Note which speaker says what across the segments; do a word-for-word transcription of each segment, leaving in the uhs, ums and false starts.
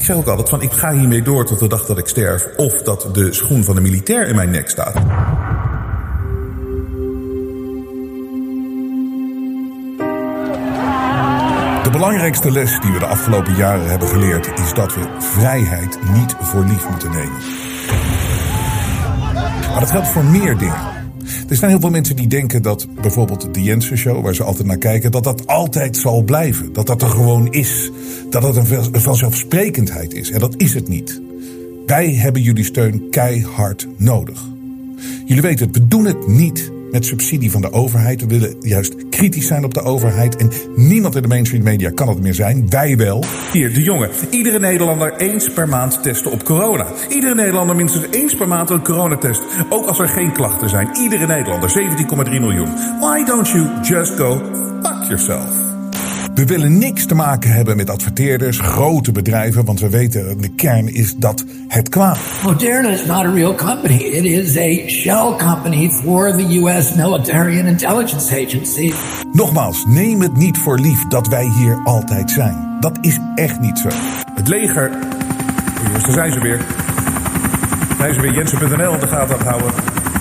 Speaker 1: Ik zeg ook altijd van, ik ga hiermee door tot de dag dat ik sterf, of dat de schoen van de militair in mijn nek staat. De belangrijkste les die we de afgelopen jaren hebben geleerd is dat we vrijheid niet voor lief moeten nemen. Maar dat geldt voor meer dingen. Er zijn heel veel mensen die denken dat bijvoorbeeld de Jensen Show, waar ze altijd naar kijken, dat dat altijd zal blijven. Dat dat er gewoon is. Dat het een vanzelfsprekendheid is. En dat is het niet. Wij hebben jullie steun keihard nodig. Jullie weten het, we doen het niet met subsidie van de overheid. We willen juist kritisch zijn op de overheid. En niemand in de mainstream media kan het meer zijn. Wij wel. Hier, de jongen. Iedere Nederlander eens per maand testen op corona. Iedere Nederlander minstens eens per maand een coronatest. Ook als er geen klachten zijn. Iedere Nederlander, zeventien komma drie miljoen. Why don't you just go fuck yourself? We willen niks te maken hebben met adverteerders, grote bedrijven, want we weten, de kern is dat het kwaad.
Speaker 2: Moderna is not a real company. It is a shell company for the U S military and intelligence agencies.
Speaker 1: Nogmaals, neem het niet voor lief dat wij hier altijd zijn. Dat is echt niet zo. Het leger, jongens, daar zijn ze weer. Zijn ze weer Jensen punt n l in de gaten aan het houden.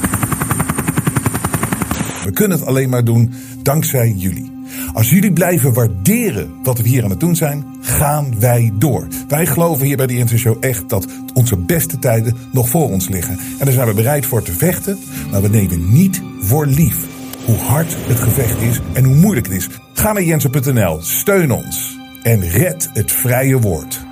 Speaker 1: We kunnen het alleen maar doen dankzij jullie. Als jullie blijven waarderen wat we hier aan het doen zijn, gaan wij door. Wij geloven hier bij de Jensen Show echt dat onze beste tijden nog voor ons liggen. En daar zijn we bereid voor te vechten, maar we nemen niet voor lief hoe hard het gevecht is en hoe moeilijk het is. Ga naar Jensen punt n l, steun ons en red het vrije woord.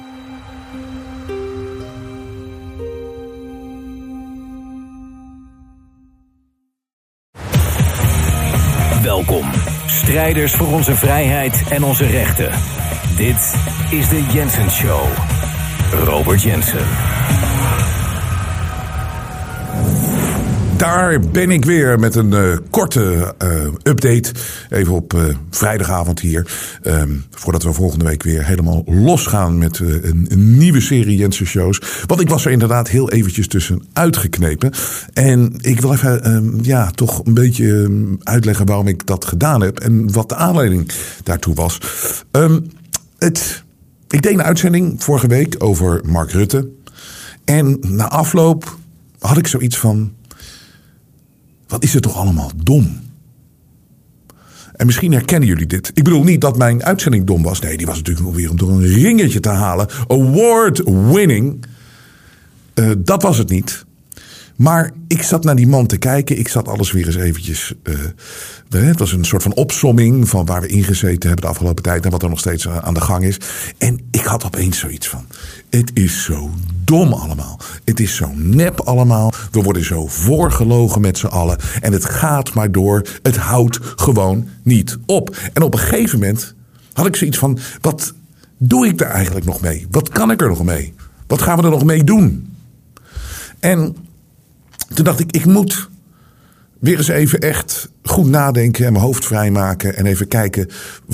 Speaker 3: Welkom, strijders voor onze vrijheid en onze rechten. Dit is de Jensen Show. Robert Jensen.
Speaker 1: Daar ben ik weer met een uh, korte uh, update. Even op uh, vrijdagavond hier. Um, voordat we volgende week weer helemaal losgaan met uh, een, een nieuwe serie Jensen Shows. Want ik was er inderdaad heel eventjes tussen uitgeknepen. En ik wil even um, ja, toch een beetje um, uitleggen waarom ik dat gedaan heb. En wat de aanleiding daartoe was. Um, het, ik deed een uitzending vorige week over Mark Rutte. En na afloop had ik zoiets van, wat is het toch allemaal dom? En misschien herkennen jullie dit. Ik bedoel niet dat mijn uitzending dom was. Nee, die was natuurlijk nog weer om door een ringetje te halen. Award winning. Uh, dat was het niet. Maar ik zat naar die man te kijken. Ik zat alles weer eens eventjes. Uh, het was een soort van opsomming van waar we ingezeten hebben de afgelopen tijd. En wat er nog steeds aan de gang is. En ik had opeens zoiets van, het is zo dom allemaal. Het is zo nep allemaal. We worden zo voorgelogen met z'n allen. En het gaat maar door. Het houdt gewoon niet op. En op een gegeven moment had ik zoiets van, wat doe ik daar eigenlijk nog mee? Wat kan ik er nog mee? Wat gaan we er nog mee doen? En toen dacht ik, ik moet weer eens even echt goed nadenken en mijn hoofd vrijmaken. En even kijken,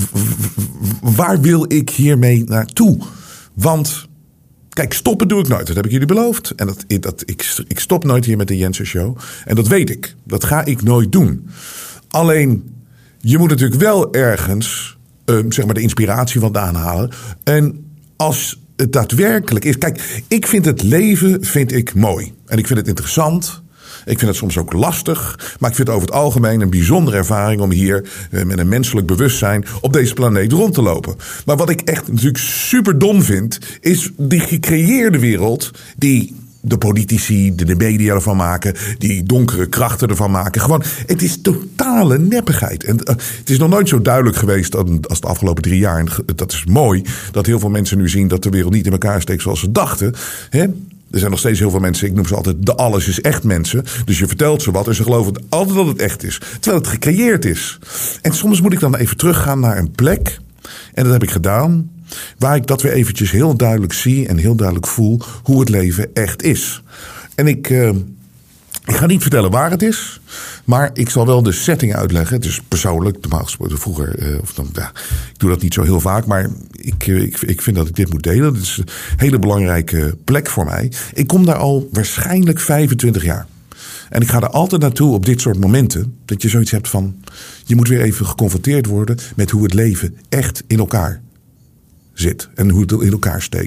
Speaker 1: waar wil ik hiermee naartoe? Want, kijk, stoppen doe ik nooit. Dat heb ik jullie beloofd. En dat, dat, ik, ik stop nooit hier met de Jensen Show. En dat weet ik. Dat ga ik nooit doen. Alleen, je moet natuurlijk wel ergens um, zeg maar de inspiratie vandaan halen. En als het daadwerkelijk is, kijk, ik vind het leven vind ik mooi. En ik vind het interessant. Ik vind het soms ook lastig. Maar ik vind het over het algemeen een bijzondere ervaring om hier met een menselijk bewustzijn op deze planeet rond te lopen. Maar wat ik echt natuurlijk super dom vind, is die gecreëerde wereld die de politici, de media ervan maken, die donkere krachten ervan maken. Gewoon, het is totale neppigheid. En uh, het is nog nooit zo duidelijk geweest als de afgelopen drie jaar. En dat is mooi, dat heel veel mensen nu zien dat de wereld niet in elkaar steekt zoals ze dachten. Hè? Er zijn nog steeds heel veel mensen, ik noem ze altijd de alles is echt mensen. Dus je vertelt ze wat en ze geloven altijd dat het echt is. Terwijl het gecreëerd is. En soms moet ik dan even teruggaan naar een plek. En dat heb ik gedaan. Waar ik dat weer eventjes heel duidelijk zie en heel duidelijk voel hoe het leven echt is. En ik, uh, ik ga niet vertellen waar het is. Maar ik zal wel de setting uitleggen. Het is persoonlijk, normaal gesproken vroeger. Uh, of dan, ja, ik doe dat niet zo heel vaak. Maar ik, ik, ik vind dat ik dit moet delen. Het is een hele belangrijke plek voor mij. Ik kom daar al waarschijnlijk vijfentwintig jaar. En ik ga er altijd naartoe op dit soort momenten. Dat je zoiets hebt van, je moet weer even geconfronteerd worden met hoe het leven echt in elkaar zit. En hoe het in elkaar steekt.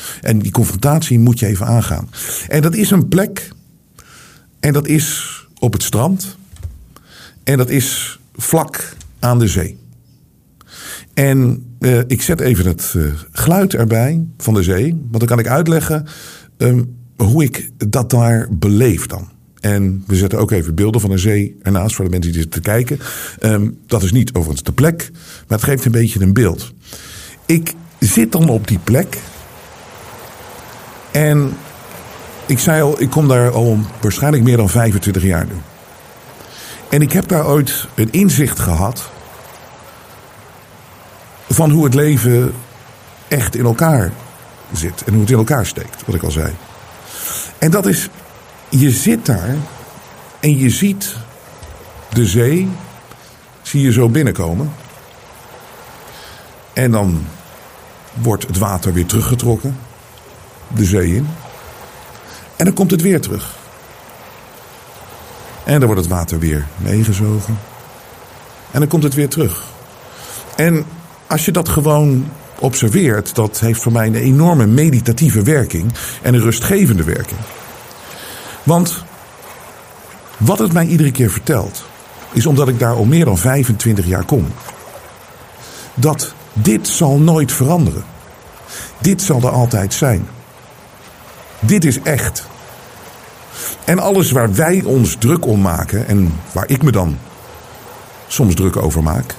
Speaker 1: En die confrontatie moet je even aangaan. En dat is een plek. En dat is op het strand. En dat is vlak aan de zee. En uh, ik zet even het uh, geluid erbij van de zee. Want dan kan ik uitleggen um, hoe ik dat daar beleef dan. En we zetten ook even beelden van de zee ernaast voor de mensen die zitten te kijken. Um, dat is niet overigens de plek, maar het geeft een beetje een beeld. Ik zit dan op die plek. En ik zei al, ik kom daar al waarschijnlijk meer dan vijfentwintig jaar nu. En ik heb daar ooit een inzicht gehad van hoe het leven echt in elkaar zit. En hoe het in elkaar steekt, wat ik al zei. En dat is, je zit daar en je ziet de zee, zie je zo binnenkomen. En dan wordt het water weer teruggetrokken, de zee in. En dan komt het weer terug. En dan wordt het water weer meegezogen. En dan komt het weer terug. En als je dat gewoon observeert, dat heeft voor mij een enorme meditatieve werking en een rustgevende werking. Want wat het mij iedere keer vertelt, is omdat ik daar al meer dan vijfentwintig jaar kom, dat dit zal nooit veranderen. Dit zal er altijd zijn. Dit is echt. En alles waar wij ons druk om maken, en waar ik me dan soms druk over maak,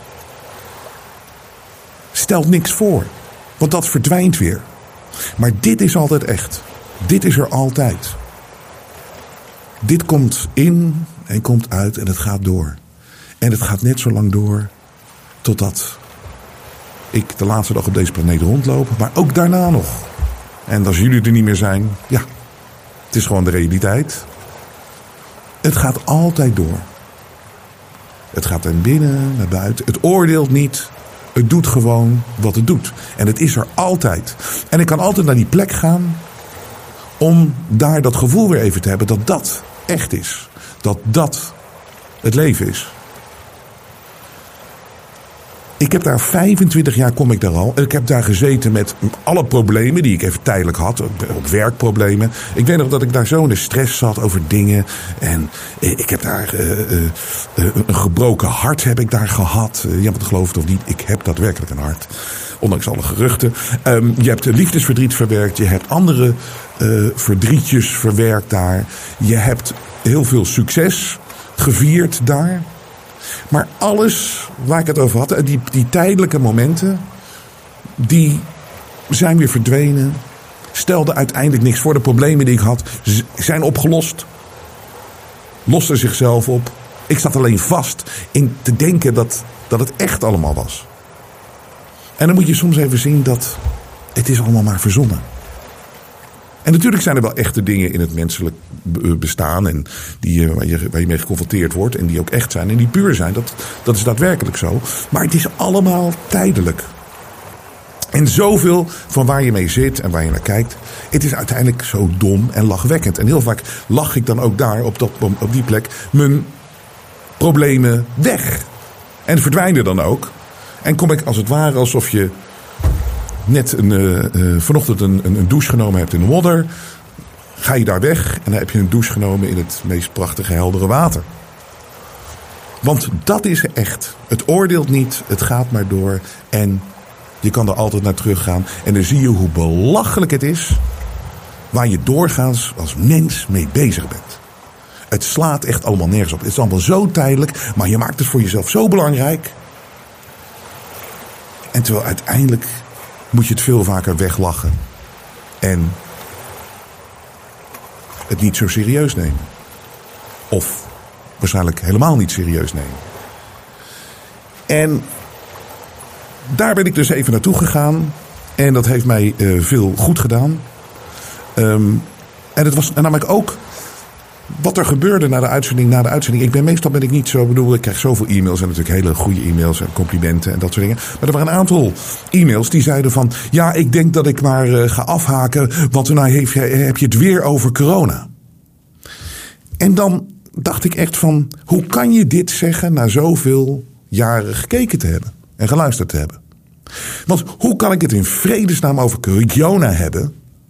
Speaker 1: stelt niks voor. Want dat verdwijnt weer. Maar dit is altijd echt. Dit is er altijd. Dit komt in en komt uit en het gaat door. En het gaat net zo lang door totdat ik de laatste dag op deze planeet rondloop. Maar ook daarna nog. En als jullie er niet meer zijn, ja, het is gewoon de realiteit. Het gaat altijd door. Het gaat naar binnen, naar buiten. Het oordeelt niet. Het doet gewoon wat het doet. En het is er altijd. En ik kan altijd naar die plek gaan om daar dat gevoel weer even te hebben dat dat echt is. Dat dat het leven is. Ik heb daar vijfentwintig jaar kom ik daar al. Ik heb daar gezeten met alle problemen die ik even tijdelijk had. Op werkproblemen. Ik weet nog dat ik daar zo in de stress zat over dingen. En ik heb daar uh, uh, een gebroken hart heb ik daar gehad. Je hebt het geloofd of niet. Ik heb daadwerkelijk een hart. Ondanks alle geruchten. Um, je hebt liefdesverdriet verwerkt. Je hebt andere uh, verdrietjes verwerkt daar. Je hebt heel veel succes gevierd daar. Maar alles waar ik het over had, die, die tijdelijke momenten, die zijn weer verdwenen. Stelden uiteindelijk niks voor. De problemen die ik had, zijn opgelost. Losten zichzelf op. Ik zat alleen vast in te denken dat, dat het echt allemaal was. En dan moet je soms even zien dat het is allemaal maar verzonnen. En natuurlijk zijn er wel echte dingen in het menselijk bestaan. En die, waar, je, waar je mee geconfronteerd wordt. En die ook echt zijn. En die puur zijn. Dat, dat is daadwerkelijk zo. Maar het is allemaal tijdelijk. En zoveel van waar je mee zit en waar je naar kijkt. Het is uiteindelijk zo dom en lachwekkend. En heel vaak lach ik dan ook daar op, dat, op die plek mijn problemen weg. En verdwijnen dan ook. En kom ik als het ware alsof je net een, uh, uh, vanochtend een, een, een douche genomen hebt in de modder. Ga je daar weg en dan heb je een douche genomen in het meest prachtige heldere water. Want dat is echt. Het oordeelt niet, het gaat maar door. En je kan er altijd naar teruggaan. En dan zie je hoe belachelijk het is waar je doorgaans als mens mee bezig bent. Het slaat echt allemaal nergens op. Het is allemaal zo tijdelijk, maar je maakt het voor jezelf zo belangrijk. En terwijl uiteindelijk moet je het veel vaker weglachen. En het niet zo serieus nemen. Of waarschijnlijk helemaal niet serieus nemen. En daar ben ik dus even naartoe gegaan. En dat heeft mij uh, veel goed gedaan. Um, en het was en namelijk ook wat er gebeurde na de uitzending. Na de uitzending. Ik ben meestal ben ik niet zo bedoel. Ik krijg zoveel e-mails en natuurlijk hele goede e-mails en complimenten en dat soort dingen. Maar er waren een aantal e-mails die zeiden van ja, ik denk dat ik maar uh, ga afhaken. Want nou heeft, heb je het weer over corona. En dan dacht ik echt van hoe kan je dit zeggen na zoveel jaren gekeken te hebben en geluisterd te hebben? Want hoe kan ik het in vredesnaam over corona hebben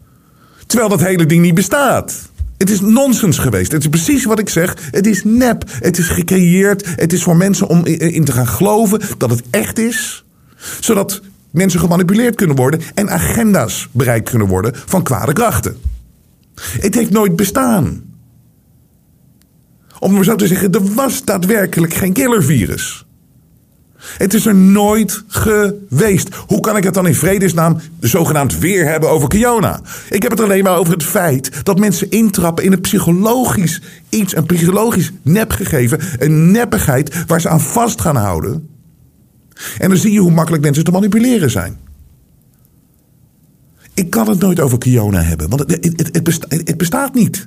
Speaker 1: Terwijl dat hele ding niet bestaat. Het is nonsens geweest. Het is precies wat ik zeg. Het is nep. Het is gecreëerd. Het is voor mensen om in te gaan geloven dat het echt is. Zodat mensen gemanipuleerd kunnen worden en agenda's bereikt kunnen worden van kwade krachten. Het heeft nooit bestaan. Om maar zo te zeggen, er was daadwerkelijk geen killervirus. Het is er nooit geweest. Hoe kan ik het dan in vredesnaam zogenaamd weer hebben over Kiona? Ik heb het alleen maar over het feit dat mensen intrappen in een psychologisch iets, een psychologisch nepgegeven, een neppigheid waar ze aan vast gaan houden. En dan zie je hoe makkelijk mensen te manipuleren zijn. Ik kan het nooit over Kiona hebben, want het, het, het, besta- het bestaat niet.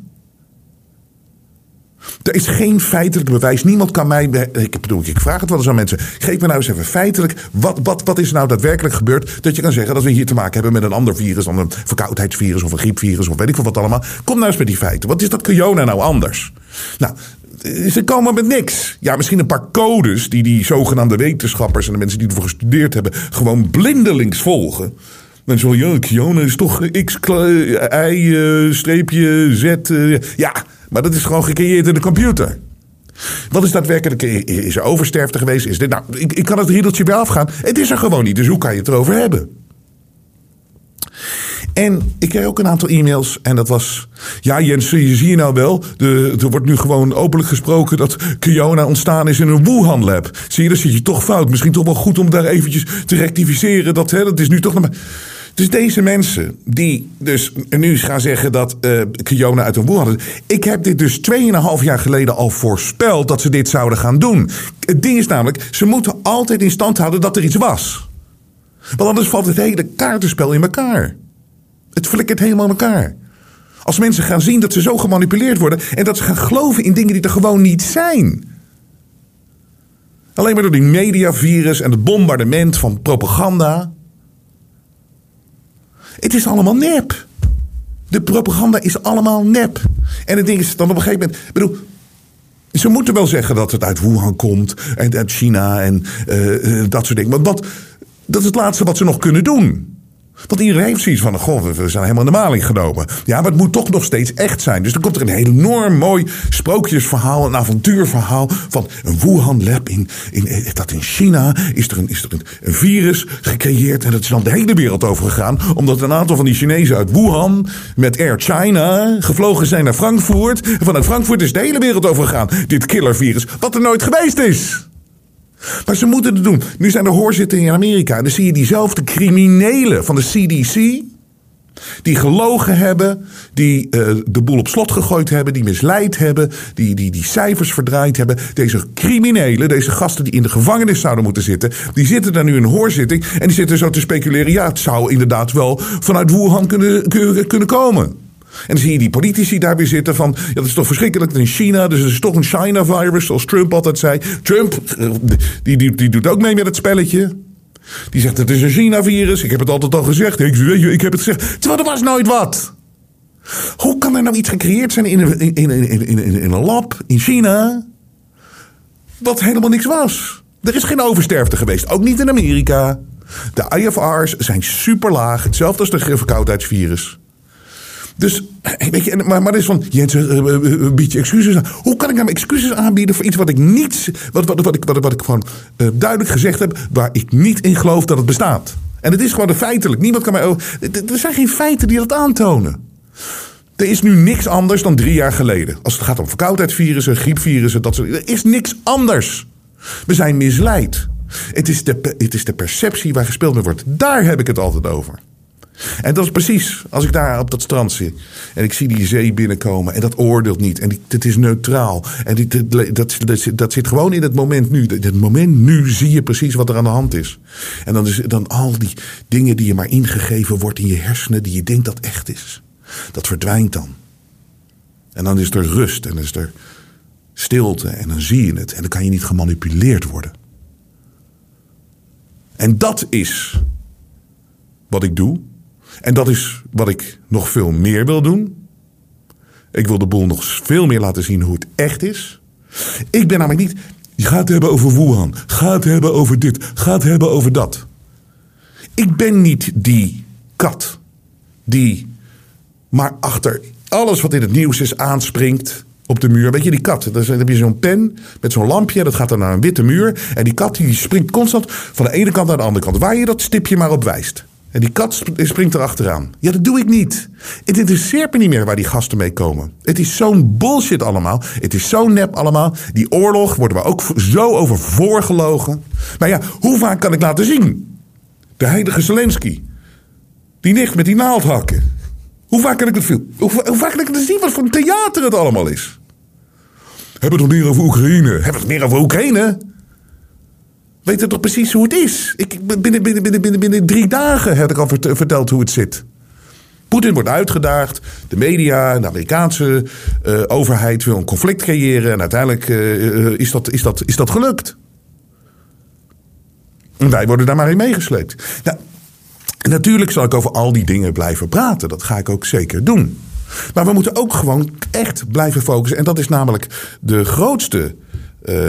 Speaker 1: Er is geen feitelijk bewijs. Niemand kan mij... Ik bedoel, ik vraag het wel eens aan mensen. Geef me nou eens even feitelijk. Wat, wat, wat is nou daadwerkelijk gebeurd? Dat je kan zeggen dat we hier te maken hebben met een ander virus. Dan een verkoudheidsvirus of een griepvirus of weet ik veel wat allemaal. Kom nou eens met die feiten. Wat is dat Kiona nou anders? Nou, ze komen met niks. Ja, misschien een paar codes die die zogenaamde wetenschappers en de mensen die ervoor gestudeerd hebben gewoon blindelings volgen. Dan zo, ja, Kiona is toch X, Y, streepje, Z. Ja, maar dat is gewoon gecreëerd in de computer. Wat is daadwerkelijk? Is er oversterfte geweest? Is dit? Nou, ik, ik kan het riedeltje weer afgaan. Het is er gewoon niet, dus hoe kan je het erover hebben? En ik kreeg ook een aantal e-mails en dat was... Ja, Jens, je zie je nou wel. De, er wordt nu gewoon openlijk gesproken dat Kiona ontstaan is in een Wuhan lab. Zie je, dan zit je toch fout. Misschien toch wel goed om daar eventjes te rectificeren. Dat, hè, dat is nu toch... Nog maar... Dus deze mensen die dus nu gaan zeggen dat uh, Kiona uit een Wuhan... Ik heb dit dus tweeënhalf jaar geleden al voorspeld dat ze dit zouden gaan doen. Het ding is namelijk, ze moeten altijd in stand houden dat er iets was. Want anders valt het hele kaartenspel in elkaar. Het flikkert helemaal in elkaar. Als mensen gaan zien dat ze zo gemanipuleerd worden... en dat ze gaan geloven in dingen die er gewoon niet zijn. Alleen maar door die mediavirus en het bombardement van propaganda. Het is allemaal nep. De propaganda is allemaal nep. En het ding is dan op een gegeven moment... Ik bedoel, ze moeten wel zeggen dat het uit Wuhan komt... en uit China en uh, dat soort dingen. Want dat, dat is het laatste wat ze nog kunnen doen. Want iedereen heeft zoiets van, goh, we zijn helemaal in de maling genomen. Ja, maar het moet toch nog steeds echt zijn. Dus dan komt er een enorm mooi sprookjesverhaal, een avontuurverhaal van een Wuhan lab in, in, dat in China is er, een, is er een, een virus gecreëerd. En dat is dan de hele wereld over gegaan. Omdat een aantal van die Chinezen uit Wuhan met Air China gevlogen zijn naar Frankfurt. En vanuit Frankfurt is de hele wereld over gegaan. Dit killervirus, wat er nooit geweest is. Maar ze moeten het doen. Nu zijn er hoorzittingen in Amerika. En dan zie je diezelfde criminelen van de C D C... die gelogen hebben, die uh, de boel op slot gegooid hebben... die misleid hebben, die, die die cijfers verdraaid hebben. Deze criminelen, deze gasten die in de gevangenis zouden moeten zitten... die zitten daar nu in een hoorzitting en die zitten zo te speculeren... ja, het zou inderdaad wel vanuit Wuhan kunnen, kunnen, kunnen komen. En dan zie je die politici daar weer zitten van... ja, dat is toch verschrikkelijk in China, dus het is toch een China-virus, zoals Trump altijd zei. Trump, die, die, die doet ook mee met het spelletje. Die zegt, het is een China-virus, ik heb het altijd al gezegd. Ik, ik heb het gezegd, terwijl er was nooit wat. Hoe kan er nou iets gecreëerd zijn in een, in, in, in, in, in een lab in China... wat helemaal niks was? Er is geen oversterfte geweest, ook niet in Amerika. De I F R's zijn super laag, hetzelfde als de verkoudheidsvirus. Dus, weet je, maar, maar dat is van, Jens, uh, uh, uh, bied je excuses aan. Hoe kan ik nou excuses aanbieden voor iets wat ik niet, wat, wat, wat, ik, wat, wat ik gewoon uh, duidelijk gezegd heb, waar ik niet in geloof dat het bestaat. En het is gewoon de feitelijk. Niemand kan mij, oh, er zijn geen feiten die dat aantonen. Er is nu niks anders dan drie jaar geleden. Als het gaat om verkoudheidsvirussen, griepvirussen, dat soort. Er is niks anders. We zijn misleid. Het is de, het is de perceptie waar gespeeld mee wordt. Daar heb ik het altijd over. En dat is precies als ik daar op dat strand zit. En ik zie die zee binnenkomen. En dat oordeelt niet. En die, het is neutraal. En die, dat, dat, dat, dat zit gewoon in het moment nu. In het moment nu zie je precies wat er aan de hand is. En dan is dan al die dingen die je maar ingegeven wordt in je hersenen. Die je denkt dat echt is. Dat verdwijnt dan. En dan is er rust. En dan is er stilte. En dan zie je het. En dan kan je niet gemanipuleerd worden. En dat is wat ik doe. En dat is wat ik nog veel meer wil doen. Ik wil de boel nog veel meer laten zien hoe het echt is. Ik ben namelijk niet... Je gaat het hebben over Wuhan. Ga het hebben over dit. Ga het hebben over dat. Ik ben niet die kat die Maar achter alles wat in het nieuws is aanspringt op de muur. Weet je, die kat. Dan heb je zo'n pen met zo'n lampje. Dat gaat dan naar een witte muur. En die kat die springt constant van de ene kant naar de andere kant. Waar je dat stipje maar op wijst. En die kat springt erachteraan. Ja, dat doe ik niet. Het interesseert me niet meer waar die gasten mee komen. Het is zo'n bullshit allemaal. Het is zo nep allemaal. Die oorlog worden we ook zo over voorgelogen. Maar ja, hoe vaak kan ik laten zien? De heilige Zelensky. Die nicht met die naaldhakken. Hoe vaak kan ik het filmen? Hoe, hoe vaak kan ik het zien wat voor een theater het allemaal is? Hebben we het nog meer over Oekraïne? Hebben we het meer over Oekraïne? Weet je toch precies hoe het is? Ik, binnen, binnen, binnen, binnen, binnen drie dagen heb ik al verteld hoe het zit. Poetin wordt uitgedaagd. De media, de Amerikaanse uh, overheid wil een conflict creëren. En uiteindelijk uh, is, dat, is, dat, is dat gelukt. En wij worden daar maar in meegesleept. Nou, natuurlijk zal ik over al die dingen blijven praten. Dat ga ik ook zeker doen. Maar we moeten ook gewoon echt blijven focussen. En dat is namelijk de grootste uh,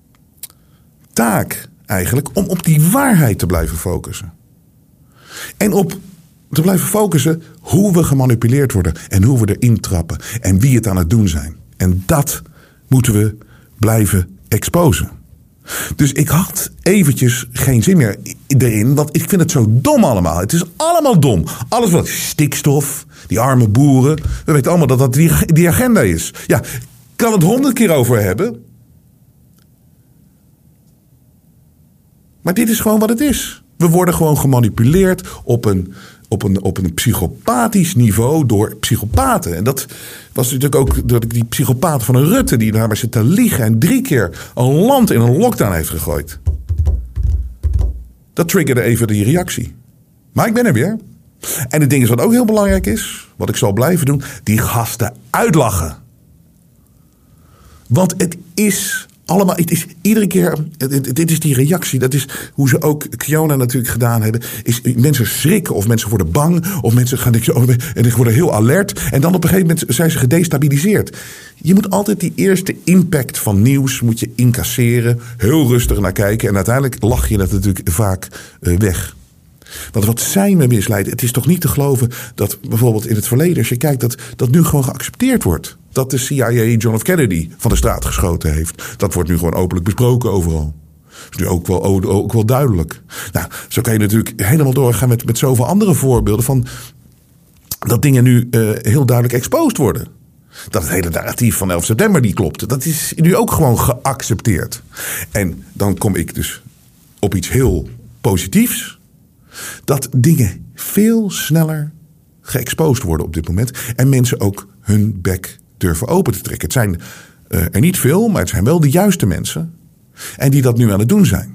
Speaker 1: taak eigenlijk. Om op die waarheid te blijven focussen. En op te blijven focussen hoe we gemanipuleerd worden. En hoe we erin trappen. En wie het aan het doen zijn. En dat moeten we blijven exposen. Dus ik had eventjes geen zin meer erin. Want ik vind het zo dom allemaal. Het is allemaal dom. Alles wat stikstof, die arme boeren. We weten allemaal dat dat die, die agenda is. Ja, ik kan het honderd keer over hebben. Maar dit is gewoon wat het is. We worden gewoon gemanipuleerd op een, op een, op een psychopathisch niveau door psychopaten. En dat was natuurlijk ook door die psychopaten van een Rutte die daar maar zit te liegen en drie keer een land in een lockdown heeft gegooid. Dat triggerde even die reactie. Maar ik ben er weer. En het ding is wat ook heel belangrijk is, wat ik zal blijven doen, die gasten uitlachen. Want het is allemaal, het is iedere keer, dit is die reactie, dat is hoe ze ook Kiona natuurlijk gedaan hebben, is mensen schrikken of mensen worden bang of mensen gaan en die worden heel alert en dan op een gegeven moment zijn ze gedestabiliseerd. Je moet altijd die eerste impact van nieuws moet je incasseren, heel rustig naar kijken en uiteindelijk lach je dat natuurlijk vaak uh, weg. Want wat zij me misleiden, het is toch niet te geloven dat bijvoorbeeld in het verleden, als je kijkt, dat dat nu gewoon geaccepteerd wordt. Dat de C I A John F. Kennedy van de straat geschoten heeft. Dat wordt nu gewoon openlijk besproken overal. Dat is nu ook wel, ook wel duidelijk. Nou, zo kan je natuurlijk helemaal doorgaan met, met zoveel andere voorbeelden van dat dingen nu uh, heel duidelijk exposed worden. Dat het hele narratief van elf september niet klopte. Dat is nu ook gewoon geaccepteerd. En dan kom ik dus op iets heel positiefs. Dat dingen veel sneller geëxposed worden op dit moment. En mensen ook hun bek durven open te trekken. Het zijn uh, er niet veel, maar het zijn wel de juiste mensen. En die dat nu aan het doen zijn.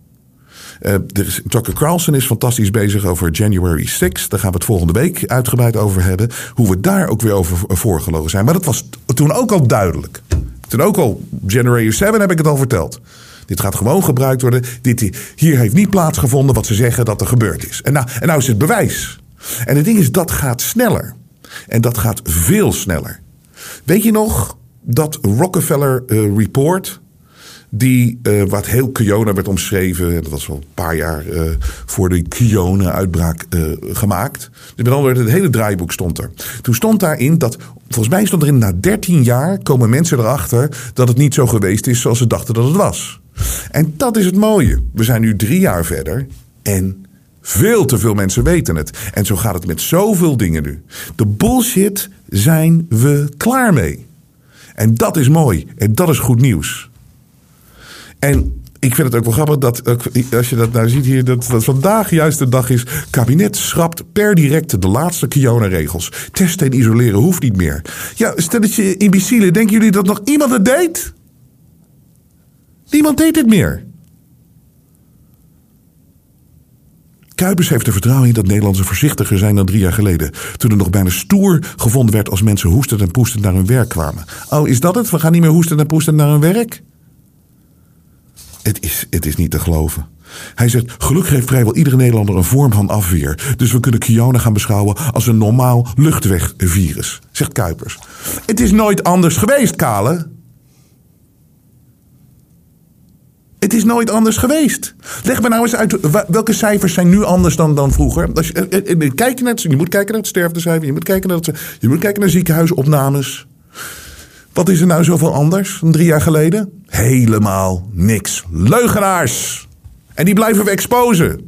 Speaker 1: Uh, er is, Tucker Carlson is fantastisch bezig over January sixth. Daar gaan we het volgende week uitgebreid over hebben. Hoe we daar ook weer over voorgelogen zijn. Maar dat was toen ook al duidelijk. Toen ook al January seventh heb ik het al verteld. Dit gaat gewoon gebruikt worden. Dit, hier heeft niet plaatsgevonden wat ze zeggen dat er gebeurd is. En nou, en nou is het bewijs. En het ding is, dat gaat sneller. En dat gaat veel sneller. Weet je nog dat Rockefeller uh, Report, die uh, wat heel Kiona werd omschreven, dat was al een paar jaar uh, voor de Kiona-uitbraak uh, gemaakt. Dus met andere woorden, het hele draaiboek stond er. Toen stond daarin dat, volgens mij stond erin, na dertien jaar komen mensen erachter dat het niet zo geweest is zoals ze dachten dat het was. En dat is het mooie. We zijn nu drie jaar verder en veel te veel mensen weten het. En zo gaat het met zoveel dingen nu. De bullshit zijn we klaar mee. En dat is mooi. En dat is goed nieuws. En ik vind het ook wel grappig dat, als je dat nou ziet hier, dat, dat vandaag juist de dag is. Kabinet schrapt per direct de laatste Kiona-regels. Testen en isoleren hoeft niet meer. Ja, stelletje imbecielen, denken jullie dat nog iemand het deed? Niemand deed dit meer. Kuipers heeft er vertrouwen in dat Nederlanders voorzichtiger zijn dan drie jaar geleden. Toen er nog bijna stoer gevonden werd als mensen hoestend en poestend naar hun werk kwamen. Oh, is dat het? We gaan niet meer hoestend en poestend naar hun werk? Het is, het is niet te geloven. Hij zegt, gelukkig heeft vrijwel iedere Nederlander een vorm van afweer. Dus we kunnen Kiona gaan beschouwen als een normaal luchtwegvirus, zegt Kuipers. Het is nooit anders geweest, Kale. Het Het is nooit anders geweest. Leg me nou eens uit, welke cijfers zijn nu anders dan, dan vroeger? Als je, eh, eh, kijk je, naar het, je moet kijken naar het sterftecijfer, je moet kijken naar, het, je moet kijken naar ziekenhuisopnames. Wat is er nou zoveel anders dan drie jaar geleden? Helemaal niks. Leugenaars! En die blijven we exposen.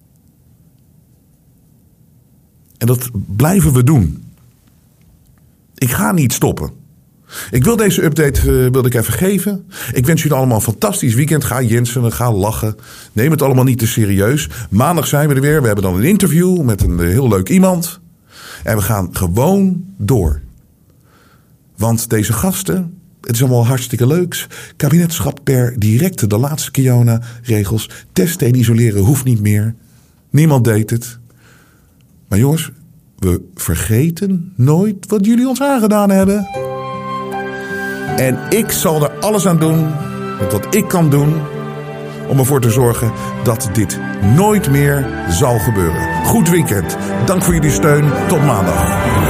Speaker 1: En dat blijven we doen. Ik ga niet stoppen. Ik wil deze update uh, wilde ik even geven. Ik wens jullie allemaal een fantastisch weekend. Ga Jensen, ga lachen. Neem het allemaal niet te serieus. Maandag zijn we er weer. We hebben dan een interview met een uh, heel leuk iemand. En we gaan gewoon door. Want deze gasten, het is allemaal hartstikke leuks. Kabinetschap per directe, de laatste Kiona-regels. Testen en isoleren hoeft niet meer. Niemand deed het. Maar jongens, we vergeten nooit wat jullie ons aangedaan hebben. En ik zal er alles aan doen, met wat ik kan doen, om ervoor te zorgen dat dit nooit meer zal gebeuren. Goed weekend. Dank voor jullie steun. Tot maandag.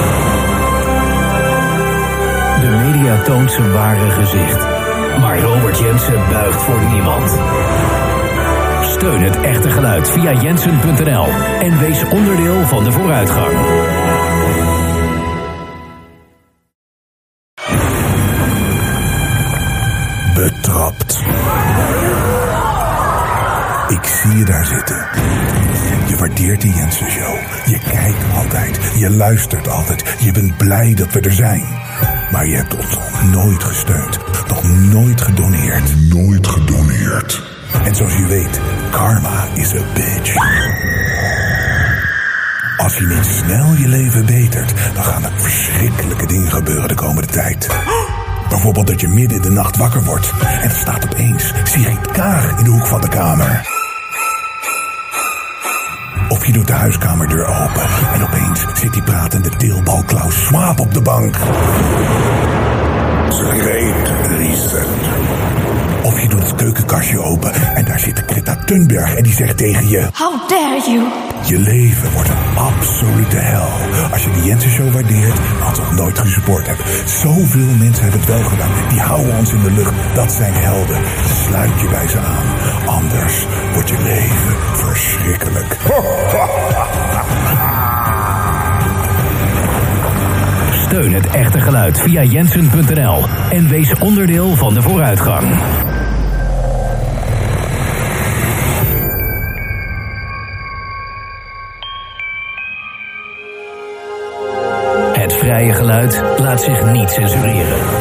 Speaker 3: De media toont zijn ware gezicht. Maar Robert Jensen buigt voor niemand. Steun het echte geluid via jensen punt n l en wees onderdeel van de vooruitgang.
Speaker 1: Betrapt. Ik zie je daar zitten. Je waardeert de Jensen Show. Je kijkt altijd. Je luistert altijd. Je bent blij dat we er zijn. Maar je hebt ons nog nooit gesteund. Nog nooit gedoneerd. Nooit gedoneerd. En zoals je weet, karma is a bitch. Als je niet snel je leven betert, dan gaan er verschrikkelijke dingen gebeuren de komende tijd. Bijvoorbeeld dat je midden in de nacht wakker wordt en er staat opeens Sigrid Kaag in de hoek van de kamer. Of je doet de huiskamerdeur open en opeens zit die pratende deelbal Klaus Schwab op de bank. Great reset. Of je doet het keukenkastje open en daar zit Greta Thunberg en die zegt tegen je:
Speaker 4: How dare you?
Speaker 1: Je leven wordt een absolute hel. Als je de Jensen Show waardeert, had het nog nooit gesupport hebt. Zoveel mensen hebben het wel gedaan. Die houden ons in de lucht. Dat zijn helden. Sluit je bij ze aan. Anders wordt je leven verschrikkelijk.
Speaker 3: Steun het echte geluid via jensen punt n l en wees onderdeel van de vooruitgang. Het vrije geluid laat zich niet censureren.